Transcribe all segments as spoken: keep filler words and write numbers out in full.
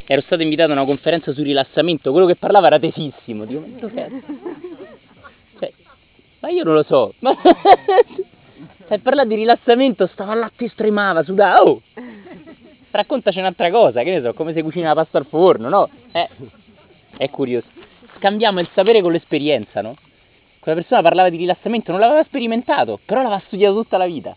ero stato invitato a una conferenza sul rilassamento, quello che parlava era tesissimo, dico, ma dov'è? Cioè, ma io non lo so, ma per parlare di rilassamento stava là, te stremava, sudava, oh! Raccontaci un'altra cosa, che ne so, come si cucina la pasta al forno, no? Eh, è curioso. Scambiamo il sapere con l'esperienza, no? Quella persona parlava di rilassamento, non l'aveva sperimentato, però l'aveva studiato tutta la vita.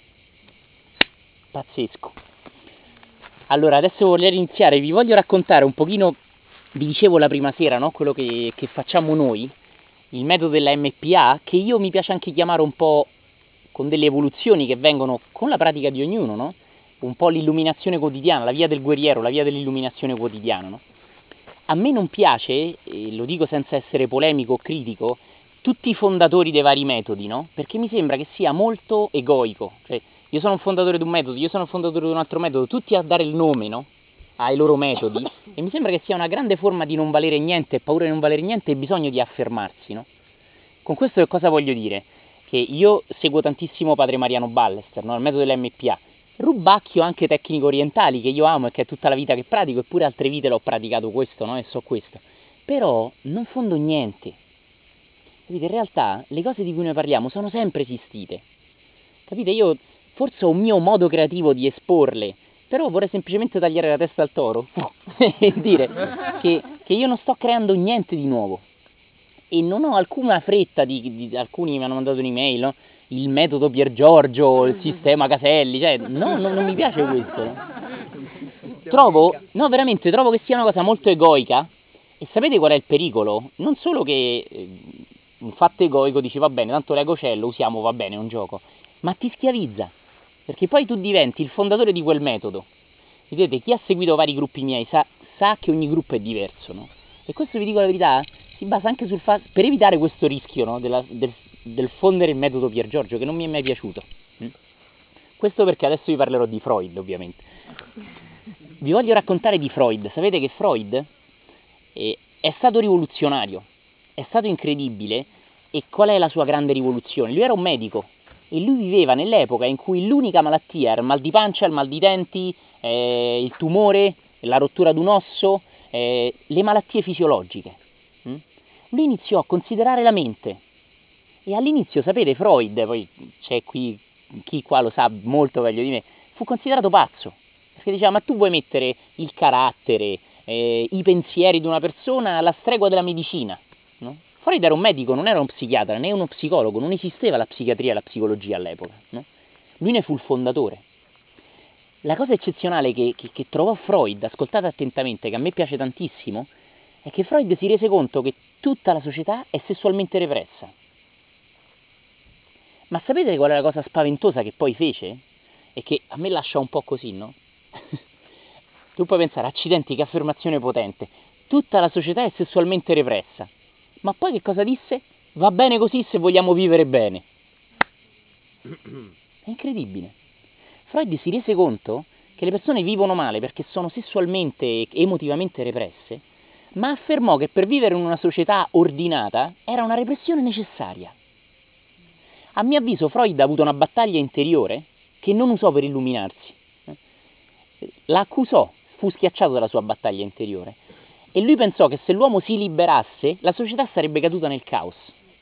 Pazzesco. Allora, adesso voglio iniziare, vi voglio raccontare un pochino, vi dicevo la prima sera, no? Quello che, che facciamo noi, il metodo della M P A, che io mi piace anche chiamare un po' con delle evoluzioni che vengono con la pratica di ognuno, no? Un po' l'illuminazione quotidiana, la via del guerriero, la via dell'illuminazione quotidiana, no? A me non piace, e lo dico senza essere polemico o critico, tutti i fondatori dei vari metodi, no? Perché mi sembra che sia molto egoico, cioè io sono un fondatore di un metodo, io sono un fondatore di un altro metodo, tutti a dare il nome, no? Ai loro metodi, e mi sembra che sia una grande forma di non valere niente, paura di non valere niente e bisogno di affermarsi, no? Con questo che cosa voglio dire? Che io seguo tantissimo padre Mariano Ballester, no? Il metodo dell'M P A, rubacchio anche tecniche orientali che io amo e che è tutta la vita che pratico, eppure altre vite l'ho praticato questo, no? E so questo, però non fondo niente. Capite? In realtà le cose di cui noi parliamo sono sempre esistite. Capite? Io forse ho un mio modo creativo di esporle, però vorrei semplicemente tagliare la testa al toro e dire che, che io non sto creando niente di nuovo. E non ho alcuna fretta di, di alcuni mi hanno mandato un'email, no? Il metodo Pier Giorgio, il sistema Caselli, cioè no, no, non mi piace questo. No? Trovo, no veramente, trovo che sia una cosa molto egoica. E sapete qual è il pericolo? Non solo che eh, un fatto egoico dici va bene, tanto l'ego c'è, lo usiamo, va bene, è un gioco, ma ti schiavizza, perché poi tu diventi il fondatore di quel metodo. Vedete, chi ha seguito vari gruppi miei sa, sa che ogni gruppo è diverso, no? E questo, vi dico la verità, si basa anche sul fatto, per evitare questo rischio, no? Della, del, del fondere il metodo Pier Giorgio, che non mi è mai piaciuto. Mm? Questo perché adesso vi parlerò di Freud, ovviamente. Vi voglio raccontare di Freud. Sapete che Freud eh, è stato rivoluzionario, è stato incredibile. E qual è la sua grande rivoluzione? Lui era un medico e lui viveva nell'epoca in cui l'unica malattia era il mal di pancia, il mal di denti, eh, il tumore, la rottura di un osso, eh, le malattie fisiologiche. Mm? Lui iniziò a considerare la mente e all'inizio, sapete, Freud, poi c'è qui chi qua lo sa molto meglio di me, fu considerato pazzo, perché diceva ma tu vuoi mettere il carattere, eh, i pensieri di una persona alla stregua della medicina, no? Freud era un medico, non era un psichiatra, né uno psicologo, non esisteva la psichiatria e la psicologia all'epoca, no? Lui ne fu il fondatore. La cosa eccezionale che, che, che trovò Freud, ascoltate attentamente, che a me piace tantissimo, è che Freud si rese conto che tutta la società è sessualmente repressa. Ma sapete qual è la cosa spaventosa che poi fece? E che a me lascia un po' così, no? Tu puoi pensare, accidenti, che affermazione potente. Tutta la società è sessualmente repressa. Ma poi che cosa disse? Va bene così se vogliamo vivere bene. È incredibile. Freud si rese conto che le persone vivono male perché sono sessualmente e emotivamente represse, ma affermò che per vivere in una società ordinata era una repressione necessaria. A mio avviso Freud ha avuto una battaglia interiore che non usò per illuminarsi. La accusò, fu schiacciato dalla sua battaglia interiore. E lui pensò che se l'uomo si liberasse, la società sarebbe caduta nel caos.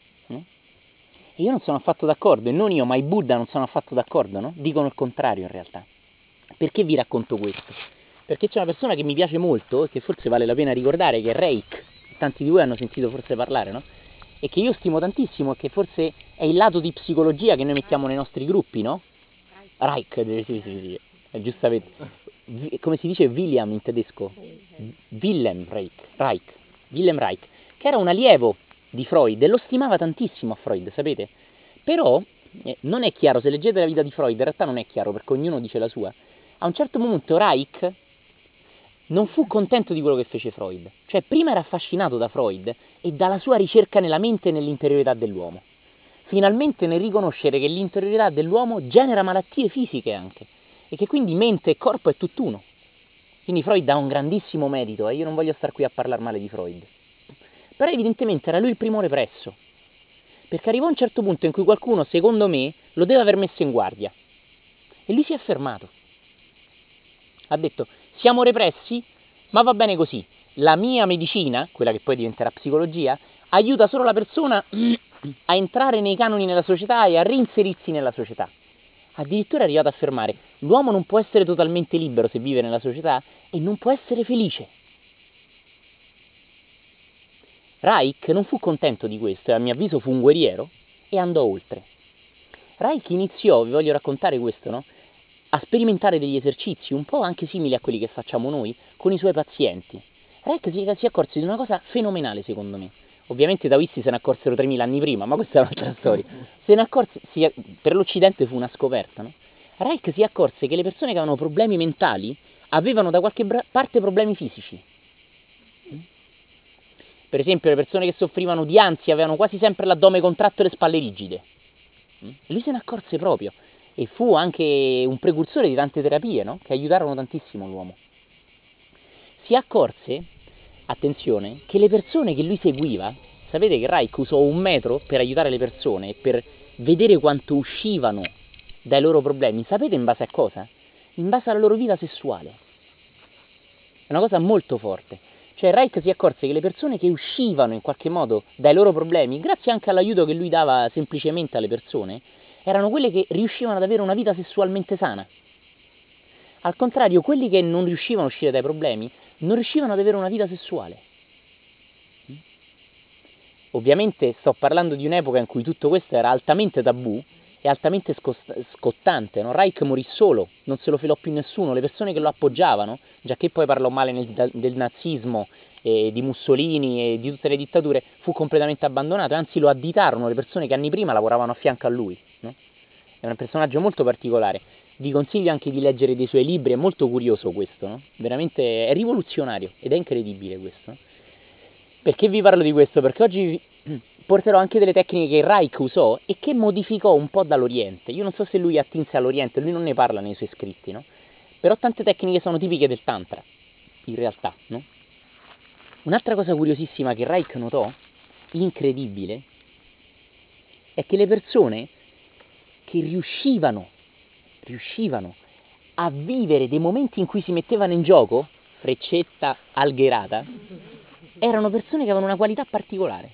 E io non sono affatto d'accordo, e non io, ma i Buddha non sono affatto d'accordo, no? Dicono il contrario in realtà. Perché vi racconto questo? Perché c'è una persona che mi piace molto, e che forse vale la pena ricordare, che è Reich. Tanti di voi hanno sentito forse parlare, no? E che io stimo tantissimo, e che forse è il lato di psicologia che noi mettiamo nei nostri gruppi, no? Reich, sì, sì, sì, sì. Giustamente. Come si dice William in tedesco? Wilhelm Reich, Reich, Wilhelm Reich, che era un allievo di Freud e lo stimava tantissimo a Freud, sapete? Però eh, non è chiaro, se leggete la vita di Freud, in realtà non è chiaro perché ognuno dice la sua. A un certo momento Reich non fu contento di quello che fece Freud, cioè prima era affascinato da Freud e dalla sua ricerca nella mente e nell'interiorità dell'uomo, finalmente nel riconoscere che l'interiorità dell'uomo genera malattie fisiche anche, e che quindi mente e corpo è tutt'uno. Quindi Freud ha un grandissimo merito, e eh? Io non voglio star qui a parlare male di Freud. Però evidentemente era lui il primo represso, perché arrivò a un certo punto in cui qualcuno, secondo me, lo deve aver messo in guardia. E lui si è fermato. Ha detto, siamo repressi? ma va bene così. La mia medicina, quella che poi diventerà psicologia, aiuta solo la persona a entrare nei canoni nella società e a reinserirsi nella società. Addirittura è arrivato a affermare: l'uomo non può essere totalmente libero se vive nella società e non può essere felice. Reich non fu contento di questo e a mio avviso fu un guerriero e andò oltre. Reich iniziò, vi voglio raccontare questo, no? A sperimentare degli esercizi un po' anche simili a quelli che facciamo noi con i suoi pazienti. Reich si, si accorse di una cosa fenomenale, secondo me. Ovviamente i taoisti se ne accorsero tremila anni prima, ma questa è un'altra storia. Se ne accorse, si, per l'Occidente fu una scoperta, no? Reich si accorse che le persone che avevano problemi mentali avevano da qualche bra- parte problemi fisici. Per esempio, le persone che soffrivano di ansia avevano quasi sempre l'addome contratto e le spalle rigide. Lui se ne accorse proprio e fu anche un precursore di tante terapie, no? Che aiutarono tantissimo l'uomo. Si accorse, attenzione, che le persone che lui seguiva, sapete che Reich usò un metro per aiutare le persone, per vedere quanto uscivano dai loro problemi. Sapete in base a cosa? In base alla loro vita sessuale. È una cosa molto forte. Cioè Reich si accorse che le persone che uscivano in qualche modo dai loro problemi, grazie anche all'aiuto che lui dava semplicemente alle persone, erano quelle che riuscivano ad avere una vita sessualmente sana. Al contrario, quelli che non riuscivano a uscire dai problemi, non riuscivano ad avere una vita sessuale. Ovviamente sto parlando di un'epoca in cui tutto questo era altamente tabù e altamente scottante, no? Reich morì solo, non se lo filò più nessuno, le persone che lo appoggiavano, già che poi parlò male nel, del nazismo, e di Mussolini e di tutte le dittature, fu completamente abbandonato, e anzi lo additarono le persone che anni prima lavoravano a fianco a lui, no? È un personaggio molto particolare, vi consiglio anche di leggere dei suoi libri, è molto curioso questo, no? Veramente è rivoluzionario ed è incredibile questo. Perché vi parlo di questo? Perché oggi porterò anche delle tecniche che Reich usò e che modificò un po' dall'Oriente. Io non so se lui attinse all'Oriente, lui non ne parla nei suoi scritti, no? Però tante tecniche sono tipiche del Tantra, in realtà, no? Un'altra cosa curiosissima che Reich notò, incredibile, è che le persone che riuscivano, riuscivano a vivere dei momenti in cui si mettevano in gioco, freccetta algherata, erano persone che avevano una qualità particolare.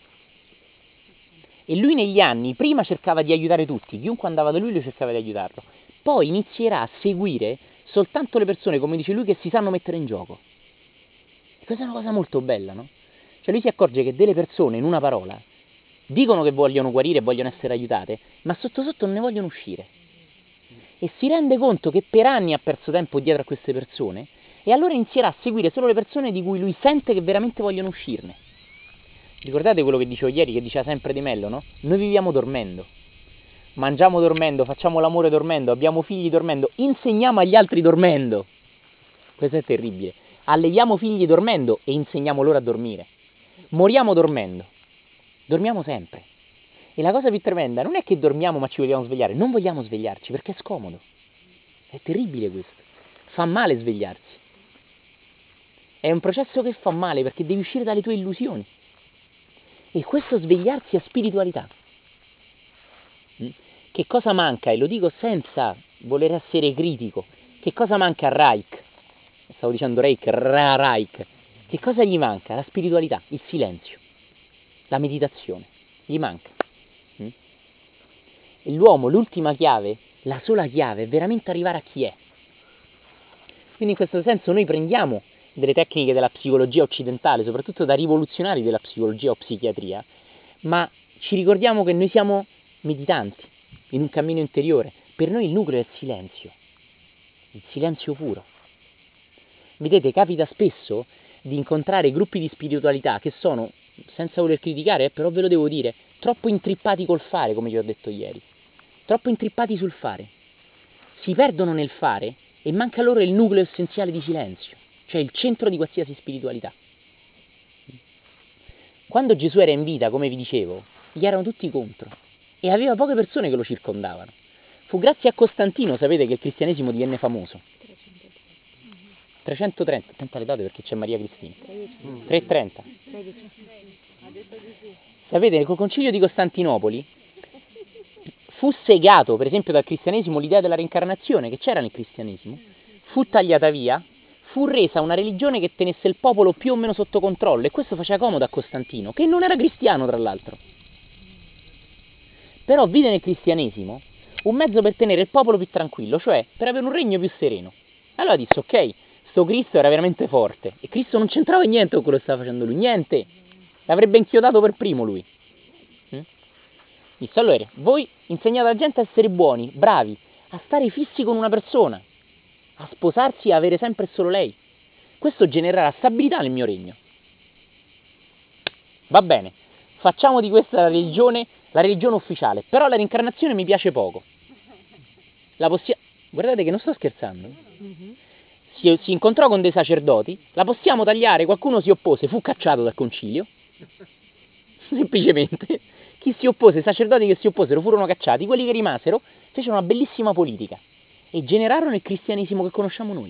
E lui negli anni prima cercava di aiutare tutti, chiunque andava da lui lui cercava di aiutarlo, poi inizierà a seguire soltanto le persone, come dice lui, che si sanno mettere in gioco. E questa è una cosa molto bella, no? Cioè lui si accorge che delle persone, in una parola, dicono che vogliono guarire e vogliono essere aiutate, ma sotto sotto non ne vogliono uscire. E si rende conto che per anni ha perso tempo dietro a queste persone, e allora inizierà a seguire solo le persone di cui lui sente che veramente vogliono uscirne. Ricordate quello che dicevo ieri, che diceva sempre Di Mello, no? Noi viviamo dormendo, mangiamo dormendo, facciamo l'amore dormendo, abbiamo figli dormendo, insegniamo agli altri dormendo. Questo è terribile. Alleviamo figli dormendo e insegniamo loro a dormire. Moriamo dormendo. Dormiamo sempre. E la cosa più tremenda non è che dormiamo ma ci vogliamo svegliare, non vogliamo svegliarci perché è scomodo. È terribile questo. Fa male svegliarsi. È un processo che fa male perché devi uscire dalle tue illusioni. E questo svegliarsi è spiritualità. Che cosa manca? E lo dico senza voler essere critico. Che cosa manca a Reich? Stavo dicendo Reich, Ra Reich. Che cosa gli manca? La spiritualità, il silenzio, la meditazione. Gli manca. E l'uomo, l'ultima chiave, la sola chiave, è veramente arrivare a chi è. Quindi in questo senso noi prendiamo delle tecniche della psicologia occidentale, soprattutto da rivoluzionari della psicologia o psichiatria, ma ci ricordiamo che noi siamo meditanti, in un cammino interiore. Per noi il nucleo è il silenzio, il silenzio puro. Vedete, capita spesso di incontrare gruppi di spiritualità che sono, senza voler criticare, eh, però ve lo devo dire, troppo intrippati col fare, come vi ho detto ieri, troppo intrippati sul fare. Si perdono nel fare e manca loro il nucleo essenziale di silenzio, cioè il centro di qualsiasi spiritualità. Quando Gesù era in vita, come vi dicevo, gli erano tutti contro e aveva poche persone che lo circondavano. Fu grazie a Costantino, sapete, che il cristianesimo divenne famoso. trecentotrenta, attenta le date perché c'è Maria Cristina. trecentotrenta. Sapete, col concilio di Costantinopoli fu segato, per esempio, dal cristianesimo l'idea della reincarnazione che c'era nel cristianesimo, fu tagliata via, fu resa una religione che tenesse il popolo più o meno sotto controllo, e questo faceva comodo a Costantino, che non era cristiano tra l'altro. Però vide nel cristianesimo un mezzo per tenere il popolo più tranquillo, cioè per avere un regno più sereno. Allora disse, ok, sto Cristo era veramente forte, e Cristo non c'entrava niente con quello che stava facendo lui, niente, l'avrebbe inchiodato per primo lui. Mm? Disse, allora, voi insegnate alla gente a essere buoni, bravi, a stare fissi con una persona, a sposarsi e a avere sempre e solo lei. Questo genererà stabilità nel mio regno. Va bene, facciamo di questa la religione, la religione ufficiale, però la reincarnazione mi piace poco. La possiamo... Guardate che non sto scherzando. Si, si incontrò con dei sacerdoti, la possiamo tagliare, qualcuno si oppose, fu cacciato dal concilio. Semplicemente. Chi si oppose, i sacerdoti che si opposero furono cacciati, quelli che rimasero fecero una bellissima politica e generarono il cristianesimo che conosciamo noi.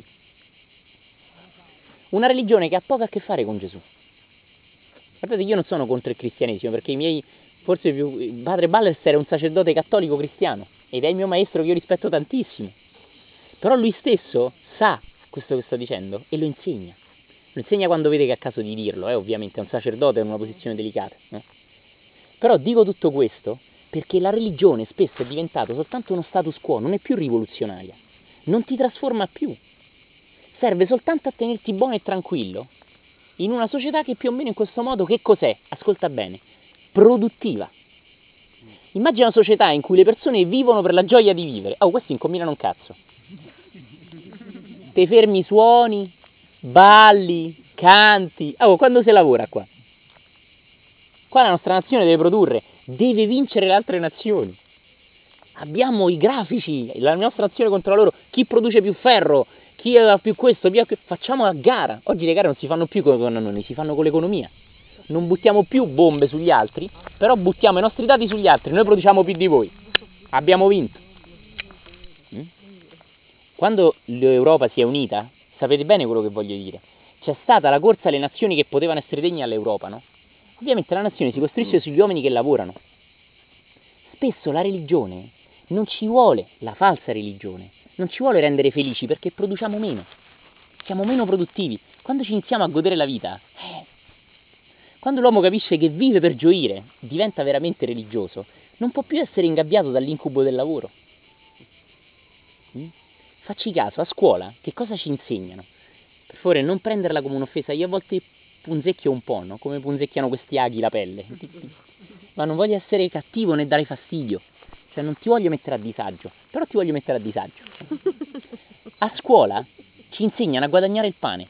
Una religione che ha poco a che fare con Gesù. Guardate, io non sono contro il cristianesimo, perché i miei, forse più, padre Ballester era un sacerdote cattolico cristiano ed è il mio maestro che io rispetto tantissimo. Però lui stesso sa questo che sto dicendo e lo insegna. Lo insegna quando vede che è a caso di dirlo, eh, ovviamente è un sacerdote in una posizione delicata. No? Però dico tutto questo perché la religione spesso è diventata soltanto uno status quo, non è più rivoluzionaria, non ti trasforma più. Serve soltanto a tenerti buono e tranquillo in una società che più o meno in questo modo, che cos'è? Ascolta bene, produttiva. Immagina una società in cui le persone vivono per la gioia di vivere. Oh, questi incombinano un cazzo. Te fermi suoni, balli, canti. Oh, quando si lavora qua? Qua la nostra nazione deve produrre, deve vincere le altre nazioni. Abbiamo i grafici, la nostra nazione contro loro, chi produce più ferro, chi ha più questo, più... facciamo a gara. Oggi le gare non si fanno più con noi, si fanno con l'economia. Non buttiamo più bombe sugli altri, però buttiamo i nostri dati sugli altri, noi produciamo più di voi. Abbiamo vinto. Mm? Quando l'Europa si è unita, sapete bene quello che voglio dire, c'è stata la corsa alle nazioni che potevano essere degne all'Europa, no? Ovviamente la nazione si costruisce sugli uomini che lavorano. Spesso la religione non ci vuole, la falsa religione, non ci vuole rendere felici perché produciamo meno, siamo meno produttivi. Quando ci iniziamo a godere la vita, eh, quando l'uomo capisce che vive per gioire, diventa veramente religioso, non può più essere ingabbiato dall'incubo del lavoro. Mm? Facci caso, a scuola che cosa ci insegnano? Per favore non prenderla come un'offesa, io a volte punzecchio un po', no? Come punzecchiano questi aghi la pelle. Ma non voglio essere cattivo né dare fastidio, cioè non ti voglio mettere a disagio, però ti voglio mettere a disagio. A scuola ci insegnano a guadagnare il pane.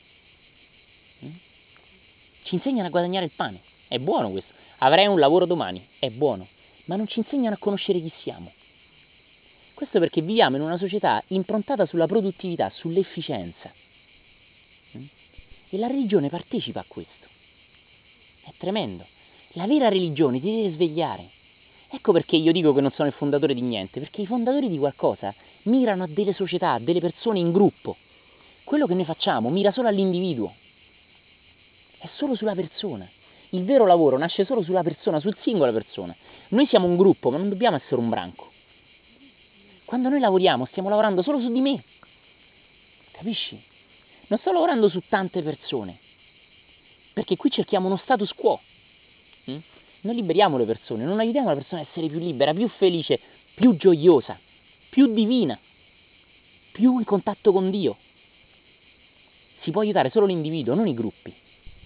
Ci insegnano a guadagnare il pane. È buono questo. Avrai un lavoro domani. È buono. Ma non ci insegnano a conoscere chi siamo. Questo perché viviamo in una società improntata sulla produttività, sull'efficienza. E la religione partecipa a questo. È tremendo. La vera religione ti deve svegliare. Ecco perché io dico che non sono il fondatore di niente, perché i fondatori di qualcosa mirano a delle società, a delle persone in gruppo. Quello che noi facciamo mira solo all'individuo. È solo sulla persona. Il vero lavoro nasce solo sulla persona, sul singola persona. Noi siamo un gruppo, ma non dobbiamo essere un branco. Quando noi lavoriamo, stiamo lavorando solo su di me. Capisci? Non sto lavorando su tante persone. Perché qui cerchiamo uno status quo. Mm? Non liberiamo le persone, non aiutiamo la persona a essere più libera, più felice, più gioiosa, più divina, più in contatto con Dio. Si può aiutare solo l'individuo, non i gruppi.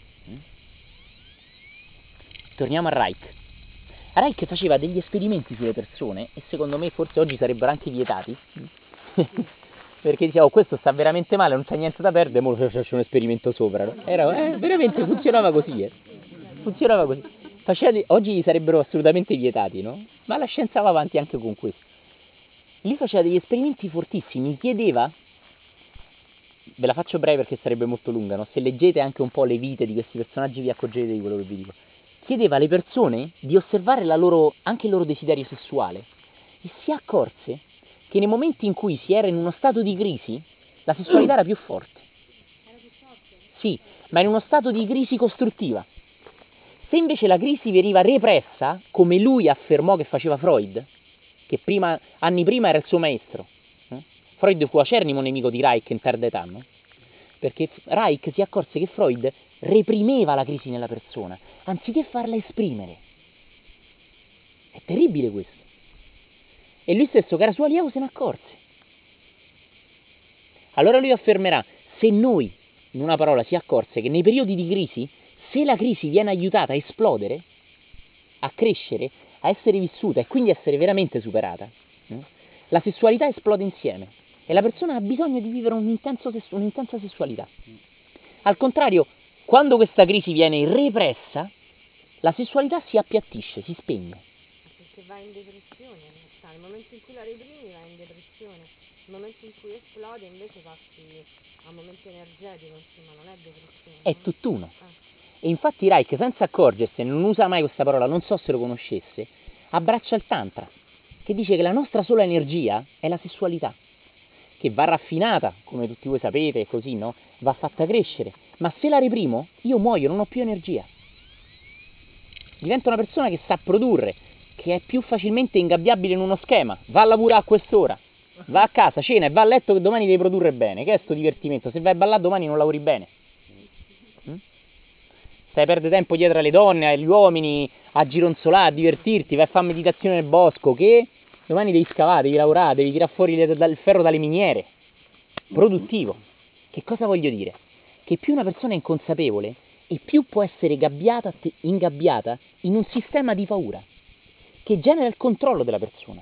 Torniamo a Reich. Reich faceva degli esperimenti sulle persone e secondo me forse oggi sarebbero anche vietati. Perché diceva, oh, questo sta veramente male, non c'è niente da perdere, mo faccio un esperimento sopra. No? Era, eh, veramente funzionava così, eh. Funzionava così. Faceva, oggi sarebbero assolutamente vietati, no? Ma la scienza va avanti anche con questo. Lui faceva degli esperimenti fortissimi, chiedeva, ve la faccio breve perché sarebbe molto lunga, no? Se leggete anche un po' le vite di questi personaggi vi accorgete di quello che vi dico. Chiedeva alle persone di osservare la loro, anche il loro desiderio sessuale e si accorse che nei momenti in cui si era in uno stato di crisi, la sessualità era più forte. Era più forte? Sì, ma in uno stato di crisi costruttiva. Se invece la crisi veniva repressa, come lui affermò che faceva Freud, che prima, anni prima era il suo maestro, eh? Freud fu acerrimo nemico di Reich in tarda età, no? perché Reich si accorse che Freud reprimeva la crisi nella persona, anziché farla esprimere. È terribile questo. E lui stesso, che era suo allievo, se ne accorse. Allora lui affermerà, se noi, in una parola, si accorse che nei periodi di crisi, se la crisi viene aiutata a esplodere, a crescere, a essere vissuta e quindi essere veramente superata, eh, la sessualità esplode insieme e la persona ha bisogno di vivere un intenso sessu- un'intensa sessualità. Al contrario, quando questa crisi viene repressa, la sessualità si appiattisce, si spegne. Perché va in depressione, nel momento in cui la reprimi va in depressione, nel momento in cui esplode invece passi a un momento energetico, insomma, non è depressione. È tutt'uno. Ah. E infatti Reich, senza accorgersene, non usa mai questa parola, non so se lo conoscesse, abbraccia il tantra, che dice che la nostra sola energia è la sessualità, che va raffinata, come tutti voi sapete, così, no? Va fatta crescere, ma se la reprimo, io muoio, non ho più energia. Divento una persona che sa produrre, che è più facilmente ingabbiabile in uno schema, va a lavorare a quest'ora, va a casa, cena e va a letto che domani devi produrre bene, che è sto divertimento, se vai a ballare domani non lavori bene. Stai a perdere tempo dietro alle donne, agli uomini, a gironzolare, a divertirti, vai a fare meditazione nel bosco, che domani devi scavare, devi lavorare, devi tirare fuori il ferro dalle miniere. Produttivo. Che cosa voglio dire? Che più una persona è inconsapevole e più può essere gabbiata, ingabbiata in un sistema di paura che genera il controllo della persona.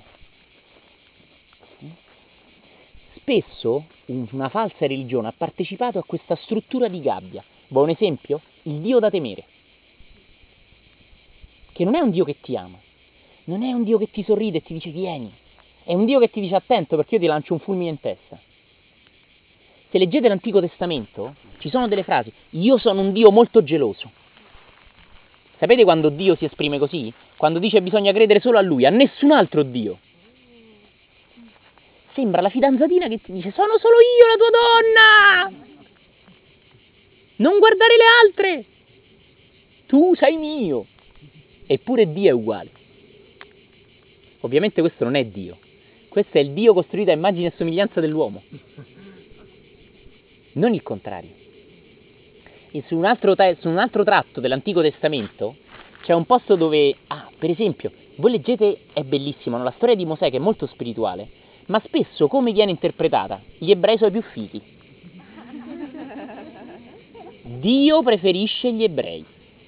Spesso una falsa religione ha partecipato a questa struttura di gabbia. Buon esempio? Il Dio da temere, che non è un Dio che ti ama, non è un Dio che ti sorride e ti dice vieni, è un Dio che ti dice attento perché io ti lancio un fulmine in testa. Se leggete l'Antico Testamento ci sono delle frasi, io sono un Dio molto geloso. Sapete quando Dio si esprime così? Quando dice bisogna credere solo a Lui, a nessun altro Dio. Sembra la fidanzatina che ti dice sono solo io la tua donna! Non guardare le altre! Tu sei mio! Eppure Dio è uguale. Ovviamente questo non è Dio. Questo è il Dio costruito a immagine e somiglianza dell'uomo. Non il contrario. E su un altro, su un altro tratto dell'Antico Testamento c'è un posto dove, ah, per esempio, voi leggete, è bellissimo, no? La storia di Mosè che è molto spirituale, ma spesso come viene interpretata? Gli ebrei sono i più fighi. Dio preferisce gli ebrei.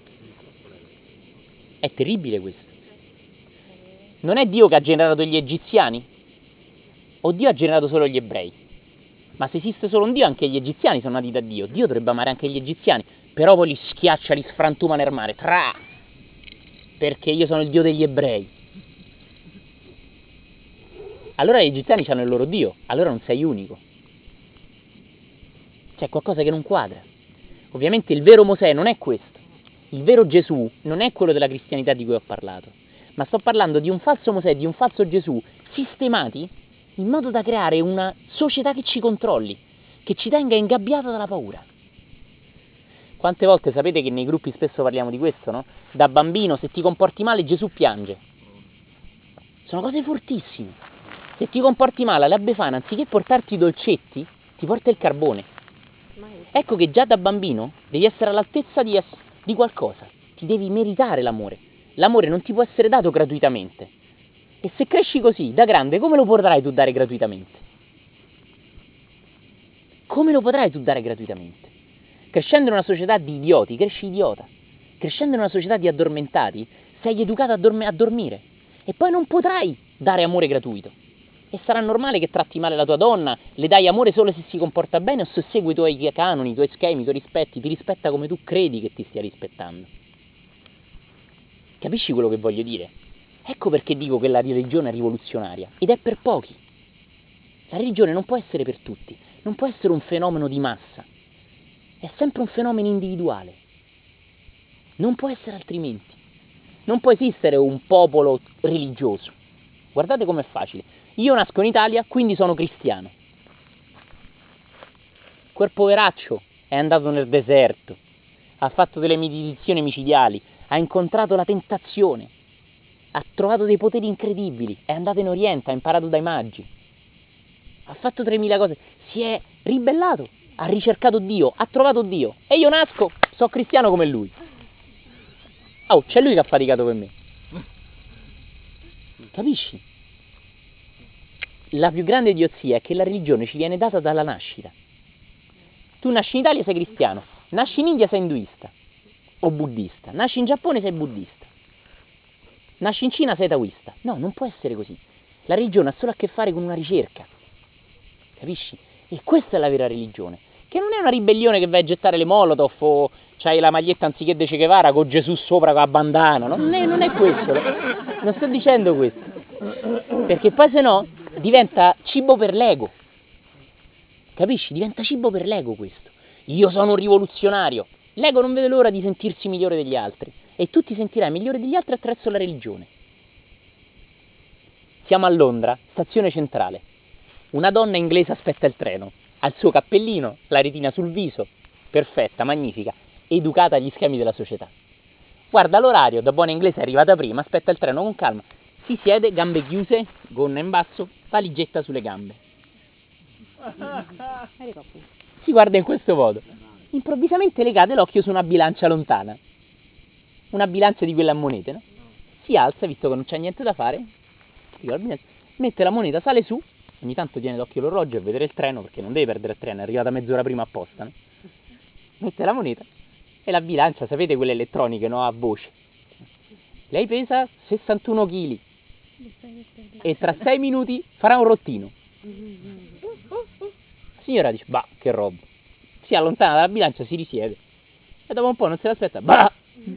È terribile questo. Non è Dio che ha generato gli egiziani? O Dio ha generato solo gli ebrei? Ma se esiste solo un Dio, anche gli egiziani sono nati da Dio. Dio dovrebbe amare anche gli egiziani, però poi li schiaccia, li sfrantuma nel mare. Tra! Perché io sono il Dio degli ebrei. Allora gli egiziani hanno il loro Dio, allora non sei unico. C'è qualcosa che non quadra. Ovviamente il vero Mosè non è questo. Il vero Gesù non è quello della cristianità di cui ho parlato, ma sto parlando di un falso Mosè, di un falso Gesù, sistemati in modo da creare una società che ci controlli, che ci tenga ingabbiata dalla paura. Quante volte sapete che nei gruppi spesso parliamo di questo, no? Da bambino, se ti comporti male, Gesù piange. Sono cose fortissime. Se ti comporti male, la Befana, anziché portarti i dolcetti, ti porta il carbone. Ecco che già da bambino devi essere all'altezza di, ess- di qualcosa, ti devi meritare l'amore. L'amore non ti può essere dato gratuitamente. E se cresci così, da grande, come lo potrai tu dare gratuitamente? Come lo potrai tu dare gratuitamente? Crescendo in una società di idioti, cresci idiota. Crescendo in una società di addormentati, sei educato a, dorm- a dormire. E poi non potrai dare amore gratuito. E sarà normale che tratti male la tua donna, le dai amore solo se si comporta bene o se segui i tuoi canoni, i tuoi schemi, i tuoi rispetti, ti rispetta come tu credi che ti stia rispettando. Capisci quello che voglio dire? Ecco perché dico che la religione è rivoluzionaria, ed è per pochi. La religione non può essere per tutti, non può essere un fenomeno di massa, è sempre un fenomeno individuale. Non può essere altrimenti. Non può esistere un popolo religioso. Guardate com'è facile. Io nasco in Italia, quindi sono cristiano. Quel poveraccio è andato nel deserto, ha fatto delle meditazioni micidiali, ha incontrato la tentazione, ha trovato dei poteri incredibili, è andato in Oriente, ha imparato dai magi, ha fatto tremila cose, si è ribellato, ha ricercato Dio, ha trovato Dio. E io nasco, sono cristiano come lui. Oh, c'è lui che ha faticato per me. Capisci? La più grande idiozia è che la religione ci viene data dalla nascita. Tu nasci in Italia, sei cristiano. Nasci in India, sei induista o buddista. Nasci in Giappone, sei buddista. Nasci in Cina, sei taoista. No, non può essere così. La religione ha solo a che fare con una ricerca. Capisci? E questa è la vera religione. Che non è una ribellione che vai a gettare le molotov o c'hai la maglietta anziché de Che Guevara con Gesù sopra con la bandana. No? Non, è, non è questo. Non sto dicendo questo. Perché poi se no diventa cibo per l'ego. Capisci? Diventa cibo per l'ego questo. Io sono un rivoluzionario. L'ego non vede l'ora di sentirsi migliore degli altri. E tu ti sentirai migliore degli altri attraverso la religione. Siamo a Londra, stazione centrale. Una donna inglese aspetta il treno. Ha il suo cappellino, la retina sul viso. Perfetta, magnifica. Educata agli schemi della società. Guarda l'orario, da buona inglese è arrivata prima, aspetta il treno con calma. Si siede, gambe chiuse, gonna in basso, valigetta sulle gambe. Si guarda in questo modo. Improvvisamente le cade l'occhio su una bilancia lontana. Una bilancia di quelle a monete, no? Si alza, visto che non c'è niente da fare, mette la moneta, sale su, ogni tanto tiene d'occhio l'orologio e vedere il treno, perché non deve perdere il treno, è arrivata mezz'ora prima apposta, no? Mette la moneta e la bilancia, sapete quelle elettroniche, no? A voce. Lei pesa sessantuno chili e tra sei minuti farà un rottino. La signora dice, bah, che roba. Si allontana dalla bilancia, si risiede e dopo un po' non se l'aspetta, bah!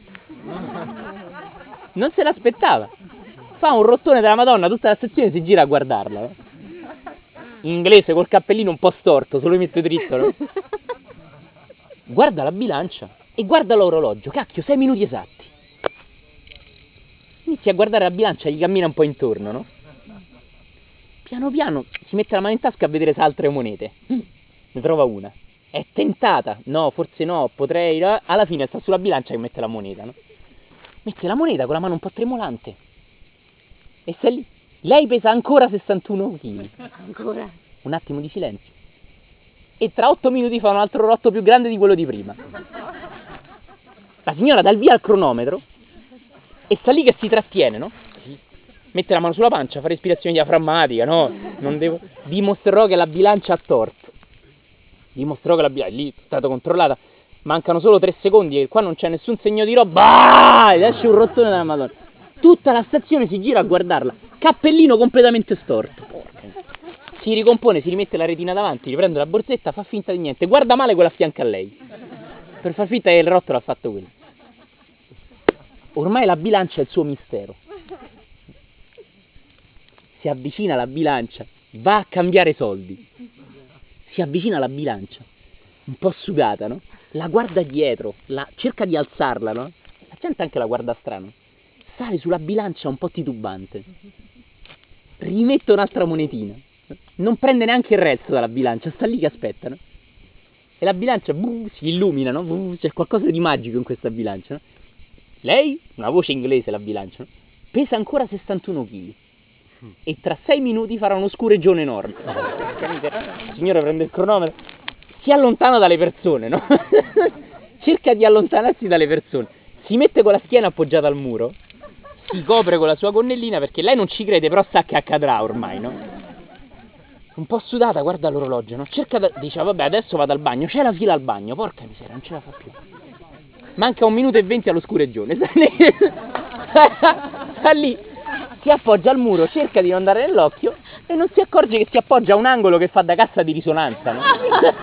Non se l'aspettava. Fa un rottone della Madonna, tutta la stazione si gira a guardarla, no? In inglese col cappellino un po' storto, se lo mette dritto, no? Guarda la bilancia e guarda l'orologio, cacchio, sei minuti esatti. Inizia a guardare la bilancia, gli cammina un po' intorno, no? Piano piano si mette la mano in tasca a vedere se ha altre monete. Ne trova una. È tentata. No, forse no, potrei... Alla fine sta sulla bilancia che mette la moneta, no? Mette la moneta con la mano un po' tremolante. E sta lì. Lei pesa ancora sessantuno chili. Ancora? Un attimo di silenzio. E tra otto minuti fa un altro rotto più grande di quello di prima. La signora dà il via al cronometro e sta lì che si trattiene, no? Mette la mano sulla pancia, fa respirazione diaframmatica, no? Non devo... Dimostrerò che la bilancia ha torto. Dimostrerò che la bilancia... Lì è stata controllata. Mancano solo tre secondi e qua non c'è nessun segno di roba. Ed esce un rottone dalla Madonna. Tutta la stazione si gira a guardarla. Cappellino completamente storto. Si ricompone, si rimette la retina davanti, riprende la borsetta, fa finta di niente. Guarda male quella a fianco a lei. Per far finta che il rotto l'ha fatto quello. Ormai la bilancia è il suo mistero. Si avvicina alla bilancia, va a cambiare soldi. Si avvicina alla bilancia, un po' sudata, no? La guarda dietro, la... cerca di alzarla, no? La gente anche la guarda strano. Sale sulla bilancia un po' titubante. Rimette un'altra monetina. Non prende neanche il resto dalla bilancia, sta lì che aspetta, no? E la bilancia buh, si illumina, no? Buh, c'è qualcosa di magico in questa bilancia, no? Lei, una voce inglese la bilancia, no? Pesa ancora sessantuno chili. E tra sei minuti farà uno scureggione enorme. La signora prende il cronometro, si allontana dalle persone, no? Cerca di allontanarsi dalle persone. Si mette con la schiena appoggiata al muro, si copre con la sua gonnellina perché lei non ci crede, però sa che accadrà ormai, no? Un po' sudata, guarda l'orologio, no? Cerca da... Dice, vabbè, adesso vado al bagno. C'è la fila al bagno, porca miseria, non ce la fa più. Manca un minuto e venti allo scureggione. Sta lì, sta lì, si appoggia al muro, cerca di non dare nell'occhio e non si accorge che si appoggia a un angolo che fa da cassa di risonanza, no?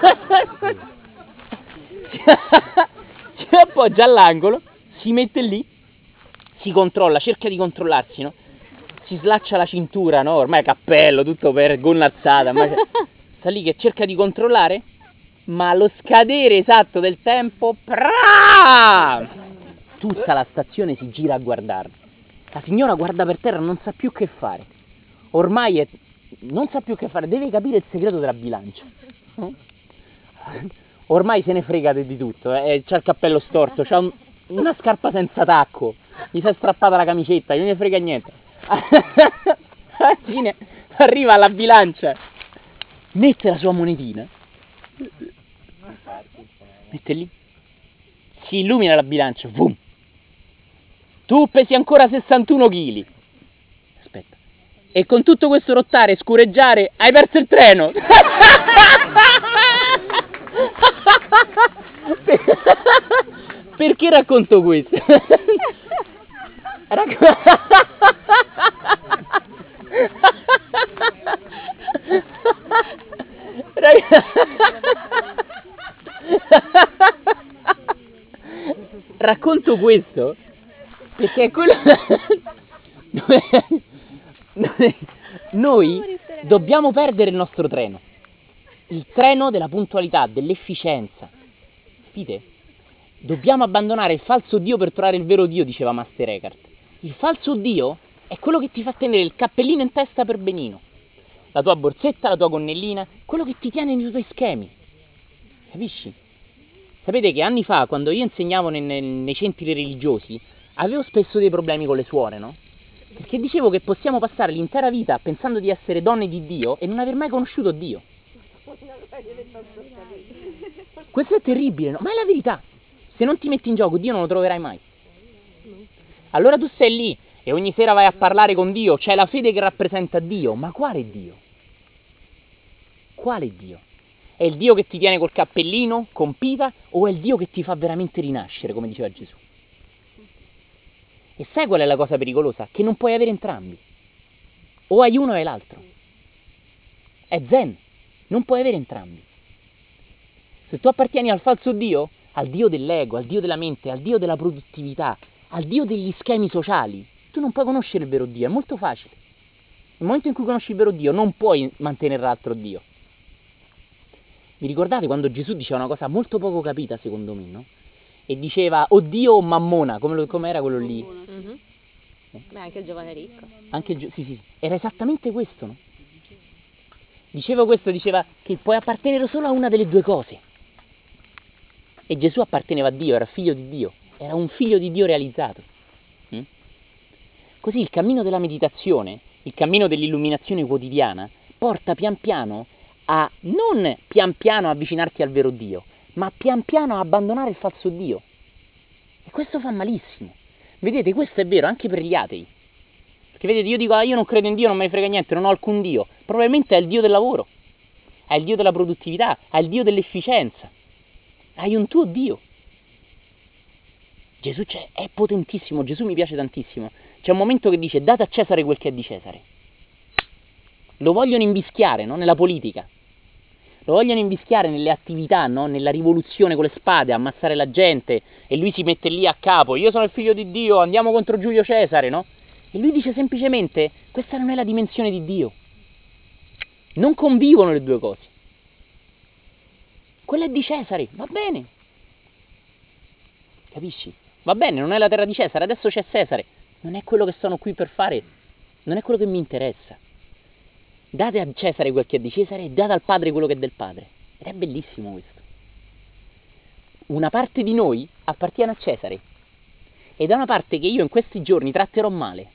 si, si appoggia all'angolo, si mette lì, si controlla, cerca di controllarsi, no? Si slaccia la cintura, no? Ormai cappello, tutto per gonna alzata, ma sta lì che cerca di controllare, ma allo scadere esatto del tempo, praaah! Tutta la stazione si gira a guardarla. La signora guarda per terra, non sa più che fare. Ormai è... non sa più che fare, deve capire il segreto della bilancia. Ormai se ne frega di tutto, eh? C'ha il cappello storto, c'ha un... una scarpa senza tacco, gli si è strappata la camicetta, non ne frega niente. Alla fine arriva alla bilancia, mette la sua monetina, Mette lì, si illumina la bilancia, boom. Tu pesi ancora sessantuno chili. Aspetta. E con tutto questo rottare e scureggiare hai perso il treno. Perché racconto questo? Racc- Racconto questo perché è quello noi dobbiamo perdere il nostro treno, il treno della puntualità, dell'efficienza. Fide, dobbiamo abbandonare il falso Dio per trovare il vero Dio, diceva Master Eckhart. Il falso Dio è quello che ti fa tenere il cappellino in testa per benino, la tua borsetta, la tua gonnellina, quello che ti tiene nei tuoi schemi, capisci? Sapete che anni fa, quando io insegnavo nei, nei, nei centri religiosi, avevo spesso dei problemi con le suore, no? Perché dicevo che possiamo passare l'intera vita pensando di essere donne di Dio e non aver mai conosciuto Dio. Questo è terribile, no? Ma è la verità. Se non ti metti in gioco, Dio non lo troverai mai. Allora tu stai lì e ogni sera vai a parlare con Dio, c'è la fede che rappresenta Dio. Ma quale Dio? Quale Dio? È il Dio che ti tiene col cappellino, con pita, o è il Dio che ti fa veramente rinascere, come diceva Gesù? E sai qual è la cosa pericolosa? Che non puoi avere entrambi. O hai uno o hai l'altro. È zen. Non puoi avere entrambi. Se tu appartieni al falso Dio, al Dio dell'ego, al Dio della mente, al Dio della produttività, al Dio degli schemi sociali, tu non puoi conoscere il vero Dio, è molto facile. Nel momento in cui conosci il vero Dio, non puoi mantenere l'altro Dio. Vi ricordate quando Gesù diceva una cosa molto poco capita, secondo me, no? E diceva, o Dio o Mammona, come, lo, come era quello lì? Mm-hmm. Eh. Beh, anche il giovane ricco. Anche il, sì, sì, era esattamente questo, no? Diceva questo, diceva che puoi appartenere solo a una delle due cose. E Gesù apparteneva a Dio, era figlio di Dio, era un figlio di Dio realizzato. Mm? Così il cammino della meditazione, il cammino dell'illuminazione quotidiana, porta pian piano a non pian piano avvicinarti al vero Dio, ma pian piano a abbandonare il falso Dio. E questo fa malissimo. Vedete, questo è vero anche per gli atei. Perché vedete, io dico, ah, io non credo in Dio, non me ne frega niente, non ho alcun Dio. Probabilmente è il Dio del lavoro, è il Dio della produttività, è il Dio dell'efficienza. Hai un tuo Dio. Gesù c'è, è potentissimo, Gesù mi piace tantissimo. C'è un momento che dice, date a Cesare quel che è di Cesare. Lo vogliono invischiare, no? Nella politica. Lo vogliono invischiare nelle attività, no? Nella rivoluzione con le spade, ammazzare la gente, e lui si mette lì a capo, io sono il figlio di Dio, andiamo contro Giulio Cesare, no? E lui dice semplicemente, questa non è la dimensione di Dio. Non convivono le due cose. Quella è di Cesare, va bene. Capisci? Va bene, non è la terra di Cesare, adesso c'è Cesare. Non è quello che sono qui per fare, non è quello che mi interessa. Date a Cesare quel che è di Cesare e date al padre quello che è del padre. Ed è bellissimo questo. Una parte di noi appartiene a Cesare ed è una parte che io in questi giorni tratterò male.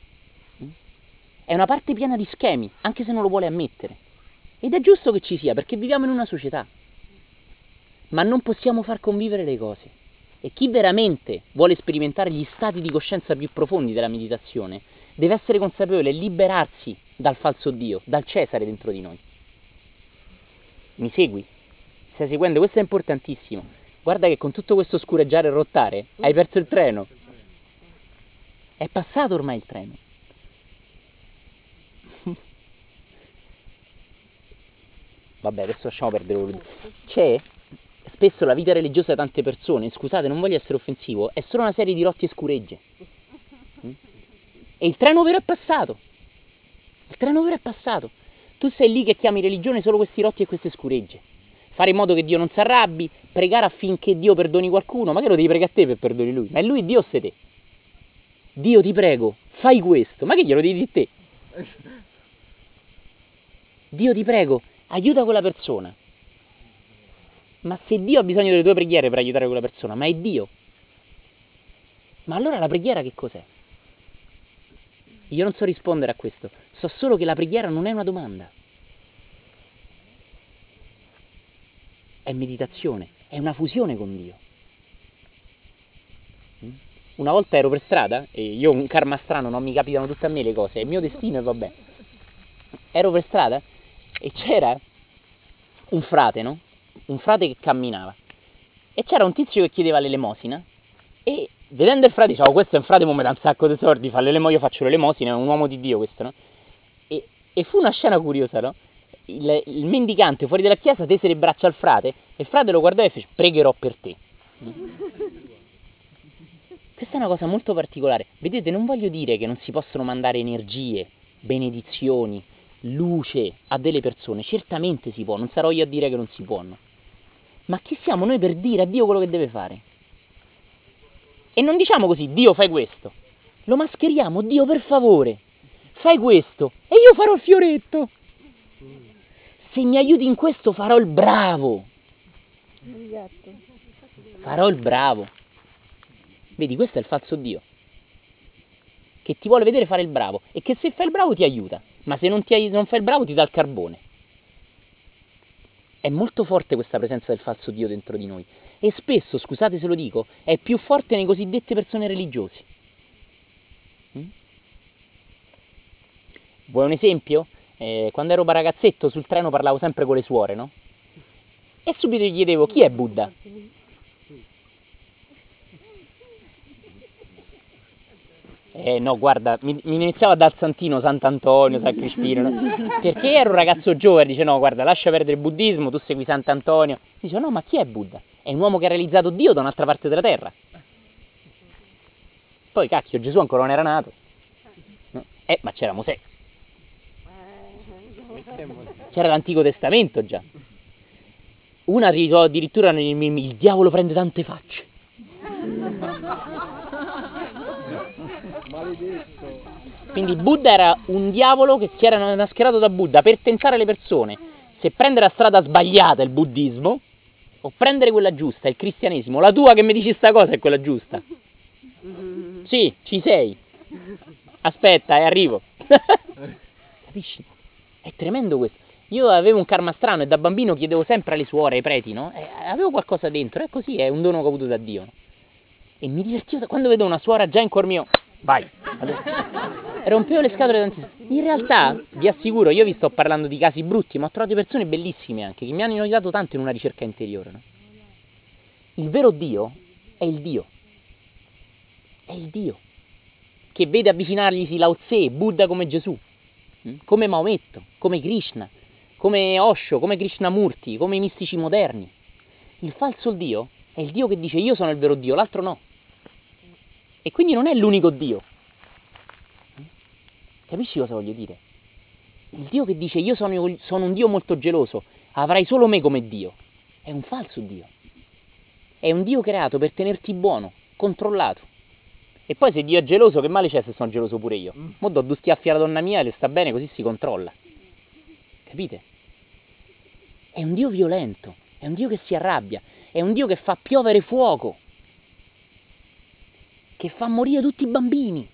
È una parte piena di schemi, anche se non lo vuole ammettere. Ed è giusto che ci sia, perché viviamo in una società. Ma non possiamo far convivere le cose. E chi veramente vuole sperimentare gli stati di coscienza più profondi della meditazione deve essere consapevole e liberarsi dal falso Dio, dal Cesare dentro di noi. Mi segui? Stai seguendo? Questo è importantissimo. Guarda che con tutto questo scureggiare e rottare hai perso il treno. È passato ormai il treno. Vabbè, adesso lasciamo perdere. C'è spesso la vita religiosa di tante persone, scusate, non voglio essere offensivo, è solo una serie di rotti e scuregge. E il treno vero è passato. Il treno vero è passato. Tu sei lì che chiami religione solo questi rotti e queste scuregge. Fare in modo che Dio non si arrabbi, pregare affinché Dio perdoni qualcuno, ma che lo devi pregare a te per perdoni lui? Ma è lui Dio o sei te? Dio ti prego, fai questo, ma che glielo devi di te? Dio ti prego, aiuta quella persona. Ma se Dio ha bisogno delle tue preghiere per aiutare quella persona, ma è Dio. Ma allora la preghiera che cos'è? Io non so rispondere a questo, so solo che la preghiera non è una domanda. è meditazione, è una fusione con Dio. Una volta ero per strada, e io ho un karma strano, non mi capitano tutte a me le cose, è il mio destino e vabbè. Ero per strada e c'era un frate, no? Un frate che camminava. E c'era un tizio che chiedeva l'elemosina e vedendo il frate diceva, oh, questo è un frate, mo mi dà un sacco di soldi, fa l'elemo, io faccio l'elemosina, è un uomo di Dio questo, no? E, e fu una scena curiosa, no? Il, il mendicante fuori dalla chiesa tese le braccia al frate e il frate lo guardò e fece, pregherò per te. Questa è una cosa molto particolare. Vedete, non voglio dire che non si possono mandare energie, benedizioni, luce a delle persone. Certamente si può, non sarò io a dire che non si può. No? Ma chi siamo noi per dire a Dio quello che deve fare? E non diciamo così, Dio fai questo. Lo mascheriamo, Dio per favore, fai questo e io farò il fioretto. Se mi aiuti in questo farò il bravo. Farò il bravo. Vedi, questo è il falso Dio, che ti vuole vedere fare il bravo e che se fai il bravo ti aiuta, ma se non, ti, non fai il bravo ti dà il carbone. È molto forte questa presenza del falso Dio dentro di noi e spesso, scusate se lo dico, è più forte nei cosiddette persone religiose. Mm? Vuoi un esempio? Eh, quando ero ragazzetto sul treno parlavo sempre con le suore, no? E subito gli chiedevo, chi è Buddha? Eh no, guarda, mi, mi iniziava a dare il santino, Sant'Antonio, San Crispino, no? Perché ero un ragazzo giovane, dice no, guarda, lascia perdere il buddismo, tu segui Sant'Antonio. Dice no, ma chi è Buddha? È un uomo che ha realizzato Dio da un'altra parte della terra. Poi, cacchio, Gesù ancora non era nato. No? Eh, ma c'era Mosè. C'era l'Antico Testamento già. Una arrivò addirittura nel, il diavolo prende tante facce. Quindi Buddha era un diavolo che si era mascherato da Buddha per tentare le persone se prendere la strada sbagliata, il buddismo, o prendere quella giusta, il cristianesimo. La tua che mi dici sta cosa è quella giusta. Sì, ci sei. Aspetta, eh, arrivo. Capisci? È tremendo questo. Io avevo un karma strano e da bambino chiedevo sempre alle suore, ai preti, no? E avevo qualcosa dentro, è così, è un dono che ho avuto da Dio, no? E mi divertivo, quando vedo una suora già in cuor mio, vai, rompevo le scatole tantissimo. In realtà, vi assicuro, io vi sto parlando di casi brutti, ma ho trovato persone bellissime anche, che mi hanno aiutato tanto in una ricerca interiore, no? Il vero Dio è il Dio, è il Dio, che vede avvicinarglisi Lao Tse, Buddha come Gesù, come Maometto, come Krishna, come Osho, come Krishnamurti, come i mistici moderni. Il falso Dio è il Dio che dice io sono il vero Dio, l'altro no. E quindi non è l'unico Dio. Capisci cosa voglio dire? Il Dio che dice io sono, sono un Dio molto geloso, avrai solo me come Dio. È un falso Dio. È un Dio creato per tenerti buono, controllato. E poi se Dio è geloso, che male c'è se sono geloso pure io? Mo do due schiaffi alla donna mia e le sta bene, così si controlla. Capite? È un Dio violento, è un Dio che si arrabbia, è un Dio che fa piovere fuoco, che fa morire tutti i bambini.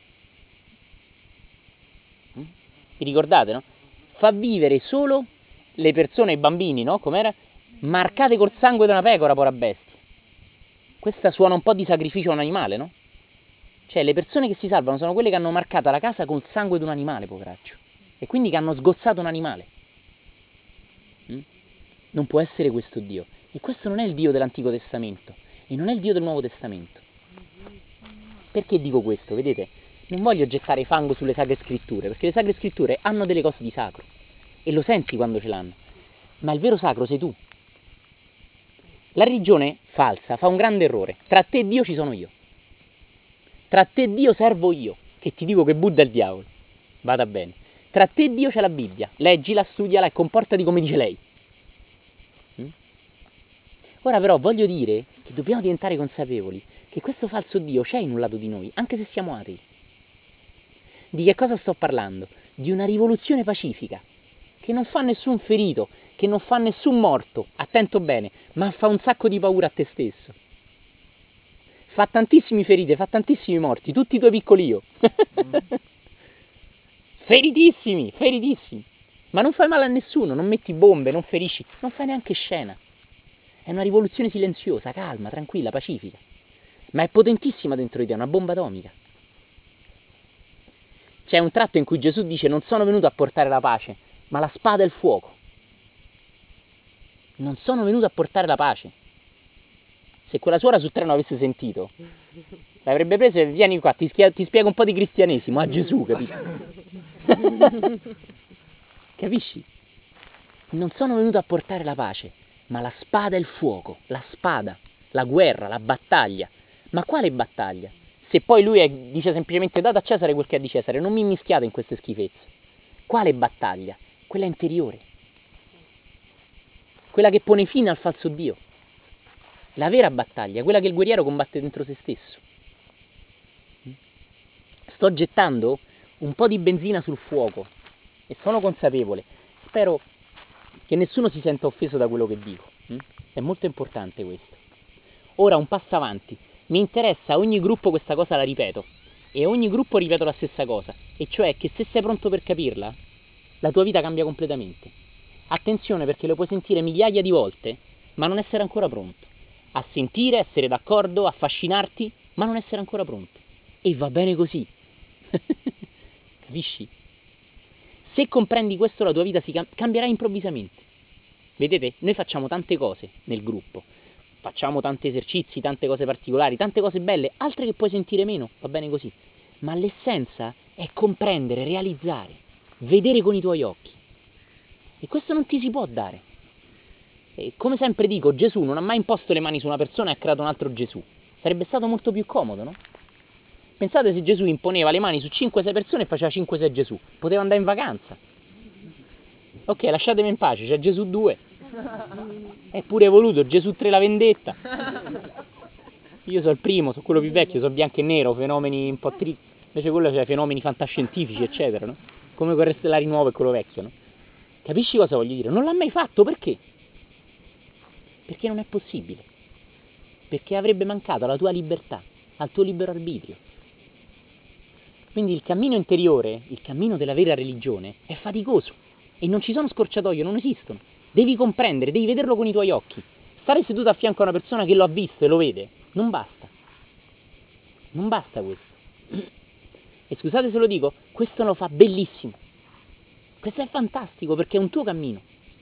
Vi ricordate, no? Fa vivere solo le persone, i bambini, no? Com'era? Marcate col sangue di una pecora, povera bestia. Questa suona un po' di sacrificio a un animale, no? Cioè, le persone che si salvano sono quelle che hanno marcato la casa col sangue di un animale, poveraccio. E quindi che hanno sgozzato un animale. Mm? Non può essere questo Dio. E questo non è il Dio dell'Antico Testamento. E non è il Dio del Nuovo Testamento. Perché dico questo? Vedete? Non voglio gettare fango sulle Sacre Scritture, perché le Sacre Scritture hanno delle cose di sacro. E lo senti quando ce l'hanno. Ma il vero sacro sei tu. La religione falsa fa un grande errore. Tra te e Dio ci sono io. Tra te e Dio servo io, che ti dico che Buddha è il diavolo. Vada bene. Tra te e Dio c'è la Bibbia. Leggila, studiala e comportati come dice lei. Mm? Ora però voglio dire che dobbiamo diventare consapevoli che questo falso Dio c'è in un lato di noi, anche se siamo atei. Di che cosa sto parlando? Di una rivoluzione pacifica, che non fa nessun ferito, che non fa nessun morto, attento bene, ma fa un sacco di paura a te stesso. Fa tantissimi feriti, fa tantissimi morti, tutti i tuoi piccoli io. Feritissimi, feritissimi. Ma non fai male a nessuno, non metti bombe, non ferisci, non fai neanche scena. È una rivoluzione silenziosa, calma, tranquilla, pacifica. Ma è potentissima dentro di te, è una bomba atomica. C'è un tratto in cui Gesù dice: non sono venuto a portare la pace, ma la spada e il fuoco. Non sono venuto a portare la pace. Se quella suora sul treno avesse sentito, l'avrebbe preso e vieni qua, ti, schia- ti spiego un po' di cristianesimo a Gesù, capito? Capisci? Non sono venuto a portare la pace, ma la spada e il fuoco, la spada, la guerra, la battaglia. Ma quale battaglia? Se poi lui è, dice semplicemente date a Cesare quel che è di Cesare, non mi mischiate in queste schifezze. Quale battaglia? Quella interiore. Quella che pone fine al falso Dio. La vera battaglia, quella che il guerriero combatte dentro se stesso. Sto gettando un po' di benzina sul fuoco e sono consapevole. Spero che nessuno si senta offeso da quello che dico. È molto importante questo. Ora un passo avanti. Mi interessa, a ogni gruppo questa cosa la ripeto. E a ogni gruppo ripeto la stessa cosa. E cioè che se sei pronto per capirla, la tua vita cambia completamente. Attenzione, perché lo puoi sentire migliaia di volte, ma non essere ancora pronto. A sentire, essere d'accordo, affascinarti, ma non essere ancora pronto. E va bene così. Capisci? Se comprendi questo, la tua vita si cam- cambierà improvvisamente. Vedete, noi facciamo tante cose nel gruppo. Facciamo tanti esercizi, tante cose particolari, tante cose belle, altre che puoi sentire meno, va bene così. Ma l'essenza è comprendere, realizzare, vedere con i tuoi occhi. E questo non ti si può dare. E come sempre dico, Gesù non ha mai imposto le mani su una persona e ha creato un altro Gesù. Sarebbe stato molto più comodo, no? Pensate se Gesù imponeva le mani su cinque sei persone e faceva cinque sei Gesù. Poteva andare in vacanza. Ok, lasciatemi in pace, c'è Gesù due. È pure voluto, Gesù tre la vendetta. Io sono il primo, sono quello più vecchio, sono bianco e nero, fenomeni un po' tri... Invece quello c'è fenomeni fantascientifici, eccetera, no? Come Guerre Stellari nuovo e quello vecchio, no? Capisci cosa voglio dire? Non l'ha mai fatto, perché? Perché non è possibile. Perché avrebbe mancato alla tua libertà, al tuo libero arbitrio. Quindi il cammino interiore, il cammino della vera religione, è faticoso. E non ci sono scorciatoie, non esistono. Devi comprendere, devi vederlo con i tuoi occhi. Stare seduto a fianco a una persona che lo ha visto e lo vede, non basta. Non basta questo. E scusate se lo dico, questo lo fa bellissimo. Questo è fantastico perché è un tuo cammino.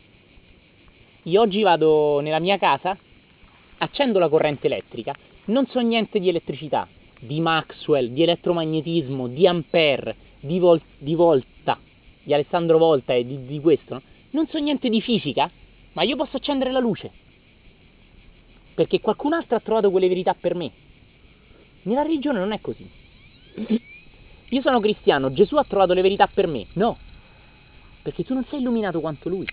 Io oggi vado nella mia casa, accendo la corrente elettrica, non so niente di elettricità, di Maxwell, di elettromagnetismo, di Ampere, di, vol- di Volta, di Alessandro Volta e di, di questo, no? Non so niente di fisica, ma io posso accendere la luce. Perché qualcun altro ha trovato quelle verità per me. Nella religione non è così. Io sono cristiano, Gesù ha trovato le verità per me. No, perché tu non sei illuminato quanto lui.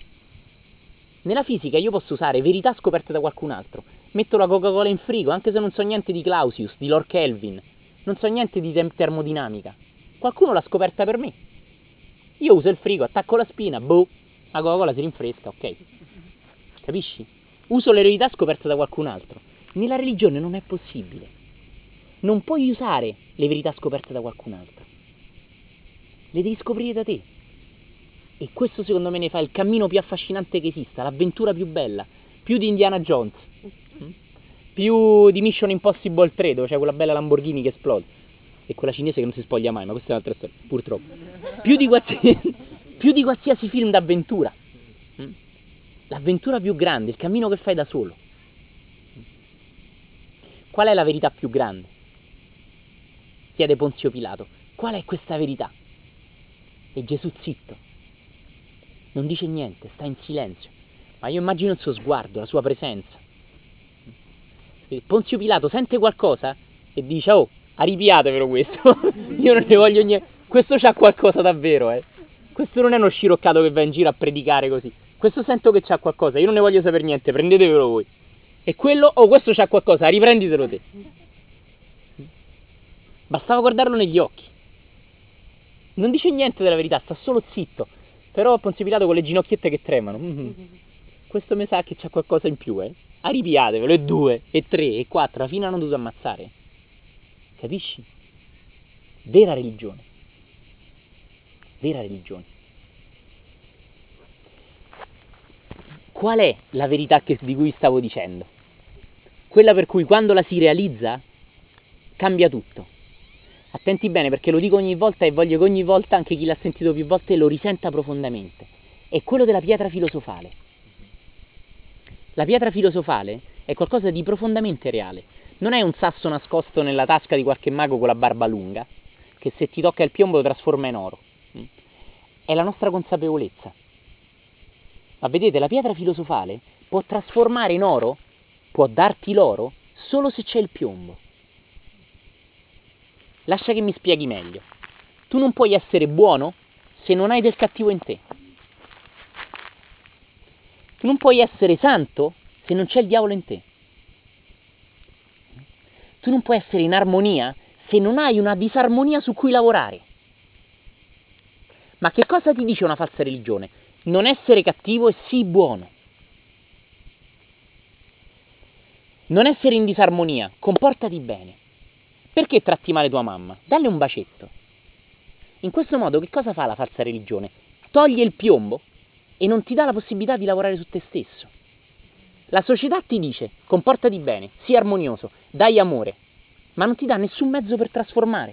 Nella fisica io posso usare verità scoperte da qualcun altro. Metto la Coca-Cola in frigo, anche se non so niente di Clausius, di Lord Kelvin, non so niente di tem- termodinamica. Qualcuno l'ha scoperta per me. Io uso il frigo, attacco la spina, boh, la Coca-Cola si rinfresca, ok. Capisci? Uso le verità scoperte da qualcun altro. Nella religione non è possibile. Non puoi usare le verità scoperte da qualcun altro. Le devi scoprire da te. E questo secondo me ne fa il cammino più affascinante che esista, l'avventura più bella, più di Indiana Jones, più di Mission Impossible tre, dove c'è quella bella Lamborghini che esplode, e quella cinese che non si spoglia mai, ma questa è un'altra storia, purtroppo. Più di qualsiasi, più di qualsiasi film d'avventura. L'avventura più grande, il cammino che fai da solo. Qual è la verità più grande? Chiede Ponzio Pilato. Qual è questa verità? E Gesù zitto. Non dice niente, sta in silenzio. Ma io immagino il suo sguardo, la sua presenza. Ponzio Pilato sente qualcosa e dice: oh, arripiatevelo questo. Io non ne voglio niente. Questo c'ha qualcosa davvero, eh. Questo non è uno sciroccato che va in giro a predicare così. Questo sento che c'ha qualcosa, io non ne voglio sapere niente, prendetevelo voi. E quello, oh, questo c'ha qualcosa, riprenditelo te. Bastava guardarlo negli occhi. Non dice niente della verità, sta solo zitto. Però Ponzio Pilato con le ginocchiette che tremano. Mm-hmm. Questo mi sa che c'è qualcosa in più, eh. Arripiatevelo, e due, e tre, e quattro, alla fine hanno dovuto ammazzare. Capisci? Vera religione. Vera religione. qual è la verità che, di cui stavo dicendo? Quella per cui quando la si realizza cambia tutto. Attenti bene, perché lo dico ogni volta e voglio che ogni volta anche chi l'ha sentito più volte lo risenta profondamente. È quello della pietra filosofale. La pietra filosofale è qualcosa di profondamente reale. Non è un sasso nascosto nella tasca di qualche mago con la barba lunga, che se ti tocca il piombo lo trasforma in oro. È la nostra consapevolezza. Ma vedete, la pietra filosofale può trasformare in oro, può darti l'oro, solo se c'è il piombo. Lascia che mi spieghi meglio. Tu non puoi essere buono se non hai del cattivo in te. Tu non puoi essere santo se non c'è il diavolo in te. Tu non puoi essere in armonia se non hai una disarmonia su cui lavorare. Ma che cosa ti dice una falsa religione? Non essere cattivo e sii buono. Non essere in disarmonia, comportati bene. Perché tratti male tua mamma? Dalle un bacetto. In questo modo che cosa fa la falsa religione? Toglie il piombo e non ti dà la possibilità di lavorare su te stesso. La società ti dice comportati bene, sii armonioso, dai amore, ma non ti dà nessun mezzo per trasformare.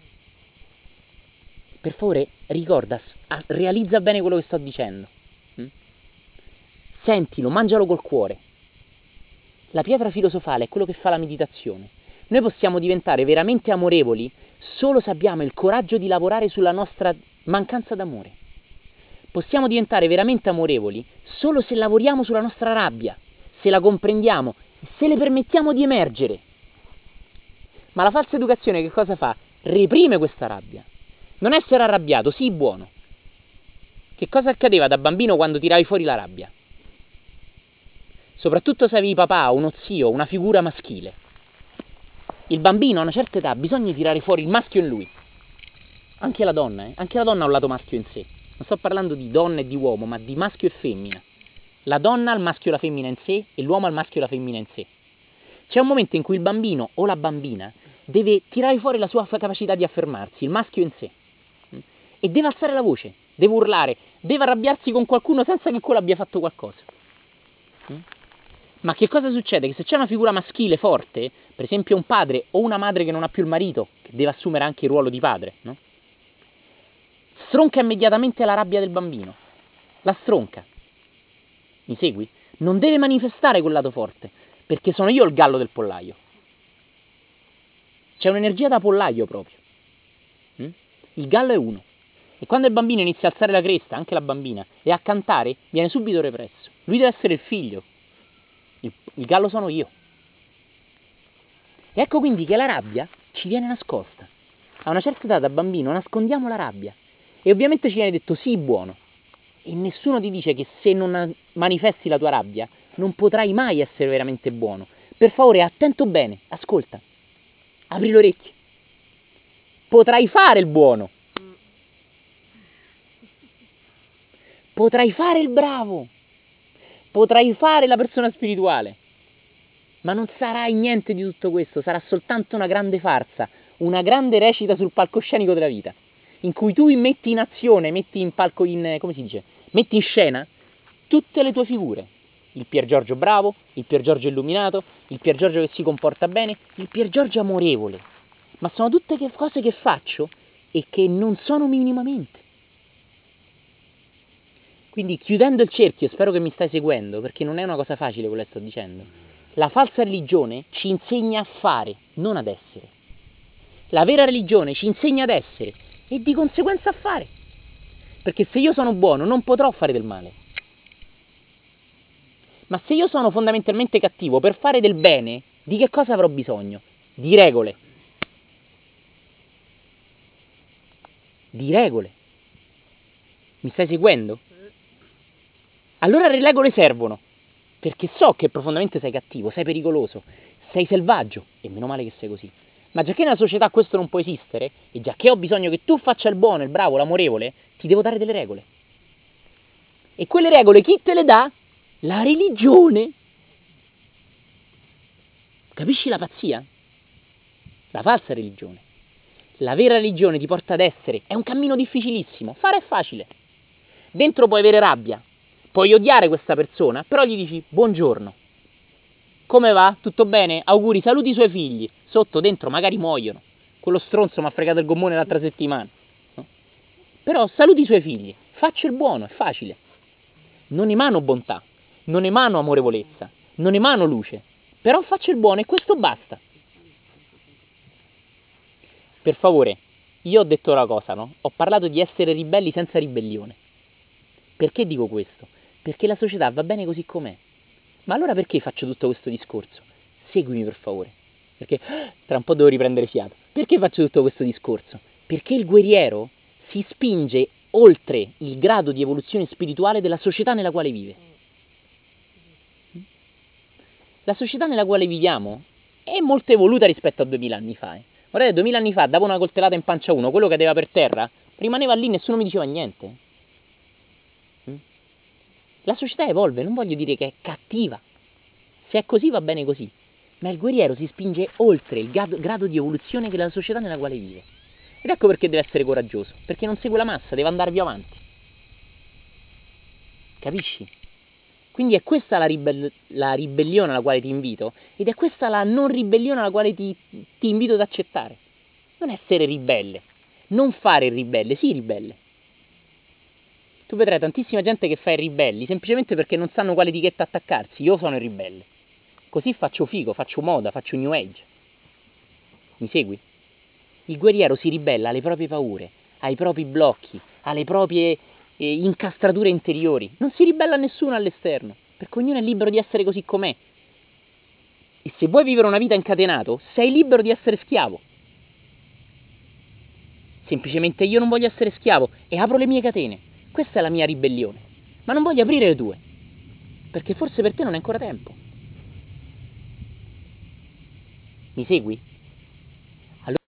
Per favore, ricorda, realizza bene quello che sto dicendo. Sentilo, mangialo col cuore. La pietra filosofale è quello che fa la meditazione. Noi possiamo diventare veramente amorevoli solo se abbiamo il coraggio di lavorare sulla nostra mancanza d'amore. Possiamo diventare veramente amorevoli solo se lavoriamo sulla nostra rabbia, se la comprendiamo, se le permettiamo di emergere. Ma la falsa educazione che cosa fa? Reprime questa rabbia. Non essere arrabbiato, sii buono. Che cosa accadeva da bambino quando tiravi fuori la rabbia? Soprattutto se avevi papà, uno zio, una figura maschile. Il bambino a una certa età ha bisogno di tirare fuori il maschio in lui. Anche la donna, eh? Anche la donna ha un lato maschio in sé. Non sto parlando di donna e di uomo, ma di maschio e femmina. La donna ha il maschio e la femmina in sé e l'uomo ha il maschio e la femmina in sé. C'è un momento in cui il bambino o la bambina deve tirare fuori la sua capacità di affermarsi, il maschio in sé. E deve alzare la voce, deve urlare, deve arrabbiarsi con qualcuno senza che quello abbia fatto qualcosa. Ma che cosa succede? Che se c'è una figura maschile forte, per esempio un padre o una madre che non ha più il marito, che deve assumere anche il ruolo di padre, no? Stronca immediatamente la rabbia del bambino. La stronca. Mi segui? Non deve manifestare quel lato forte, perché sono io il gallo del pollaio. C'è un'energia da pollaio proprio. Il gallo è uno. E quando il bambino inizia a alzare la cresta, anche la bambina, e a cantare, viene subito represso. Lui deve essere il figlio. Il, il gallo sono io. E ecco quindi che la rabbia ci viene nascosta. A una certa età da bambino nascondiamo la rabbia. E ovviamente ci viene detto sii buono. E nessuno ti dice che se non manifesti la tua rabbia non potrai mai essere veramente buono. Per favore, attento bene, ascolta. Apri le orecchie. Potrai fare il buono. Potrai fare il bravo. Potrai fare la persona spirituale. Ma non sarai niente di tutto questo, sarà soltanto una grande farsa, una grande recita sul palcoscenico della vita, in cui tu metti in azione, metti in palco in, come si dice, metti in scena tutte le tue figure. Il Pier Giorgio bravo, il Pier Giorgio illuminato, il Pier Giorgio che si comporta bene, il Pier Giorgio amorevole. Ma sono tutte che cose che faccio e che non sono minimamente. Quindi chiudendo il cerchio, spero che mi stai seguendo, perché non è una cosa facile quello che sto dicendo. La falsa religione ci insegna a fare, non ad essere. La vera religione ci insegna ad essere e di conseguenza a fare. Perché se io sono buono non potrò fare del male. Ma se io sono fondamentalmente cattivo, per fare del bene, di che cosa avrò bisogno? Di regole. Di regole. Mi stai seguendo? Allora le regole servono, perché so che profondamente sei cattivo, sei pericoloso, sei selvaggio, e meno male che sei così. Ma già che nella società questo non può esistere, e già che ho bisogno che tu faccia il buono, il bravo, l'amorevole, ti devo dare delle regole. E quelle regole chi te le dà? La religione. Capisci la pazzia? La falsa religione. La vera religione ti porta ad essere, è un cammino difficilissimo, fare è facile. Dentro puoi avere rabbia, Puoi odiare questa persona, però gli dici buongiorno. Come va? Tutto bene? Auguri, saluti i suoi figli. Sotto, dentro, magari muoiono. Quello stronzo mi ha fregato il gommone l'altra settimana. No? Però saluti i suoi figli. Faccio il buono, è facile. Non emano bontà, non emano amorevolezza, non emano luce. Però faccio il buono e questo basta. Per favore, io ho detto una cosa, no? Ho parlato di essere ribelli senza ribellione. Perché dico questo? Perché la società va bene così com'è. Ma allora perché faccio tutto questo discorso? Seguimi per favore, perché tra un po' devo riprendere fiato. Perché faccio tutto questo discorso? Perché il guerriero si spinge oltre il grado di evoluzione spirituale della società nella quale vive. La società nella quale viviamo è molto evoluta rispetto a duemila anni fa. Eh. Guardate, duemila anni fa davo una coltellata in pancia a uno, quello cadeva per terra, rimaneva lì, nessuno mi diceva niente. La società evolve, non voglio dire che è cattiva. Se è così va bene così. Ma il guerriero si spinge oltre il grado, grado di evoluzione della società nella quale vive. Ed ecco perché deve essere coraggioso. Perché non segue la massa, deve andare più avanti. Capisci? Quindi è questa la, ribell- la ribellione alla quale ti invito. Ed è questa la non ribellione alla quale ti, ti invito ad accettare. Non essere ribelle. Non fare il ribelle, sii ribelle. Tu vedrai tantissima gente che fa i ribelli semplicemente perché non sanno quale etichetta attaccarsi. Io sono il ribelle. Così faccio figo, faccio moda, faccio new age. Mi segui? Il guerriero si ribella alle proprie paure, ai propri blocchi, alle proprie eh, incastrature interiori. Non si ribella a nessuno all'esterno, perché ognuno è libero di essere così com'è. E se vuoi vivere una vita incatenato, sei libero di essere schiavo. Semplicemente io non voglio essere schiavo e apro le mie catene. Questa è la mia ribellione. Ma non voglio aprire le tue, perché forse per te non è ancora tempo. Mi segui?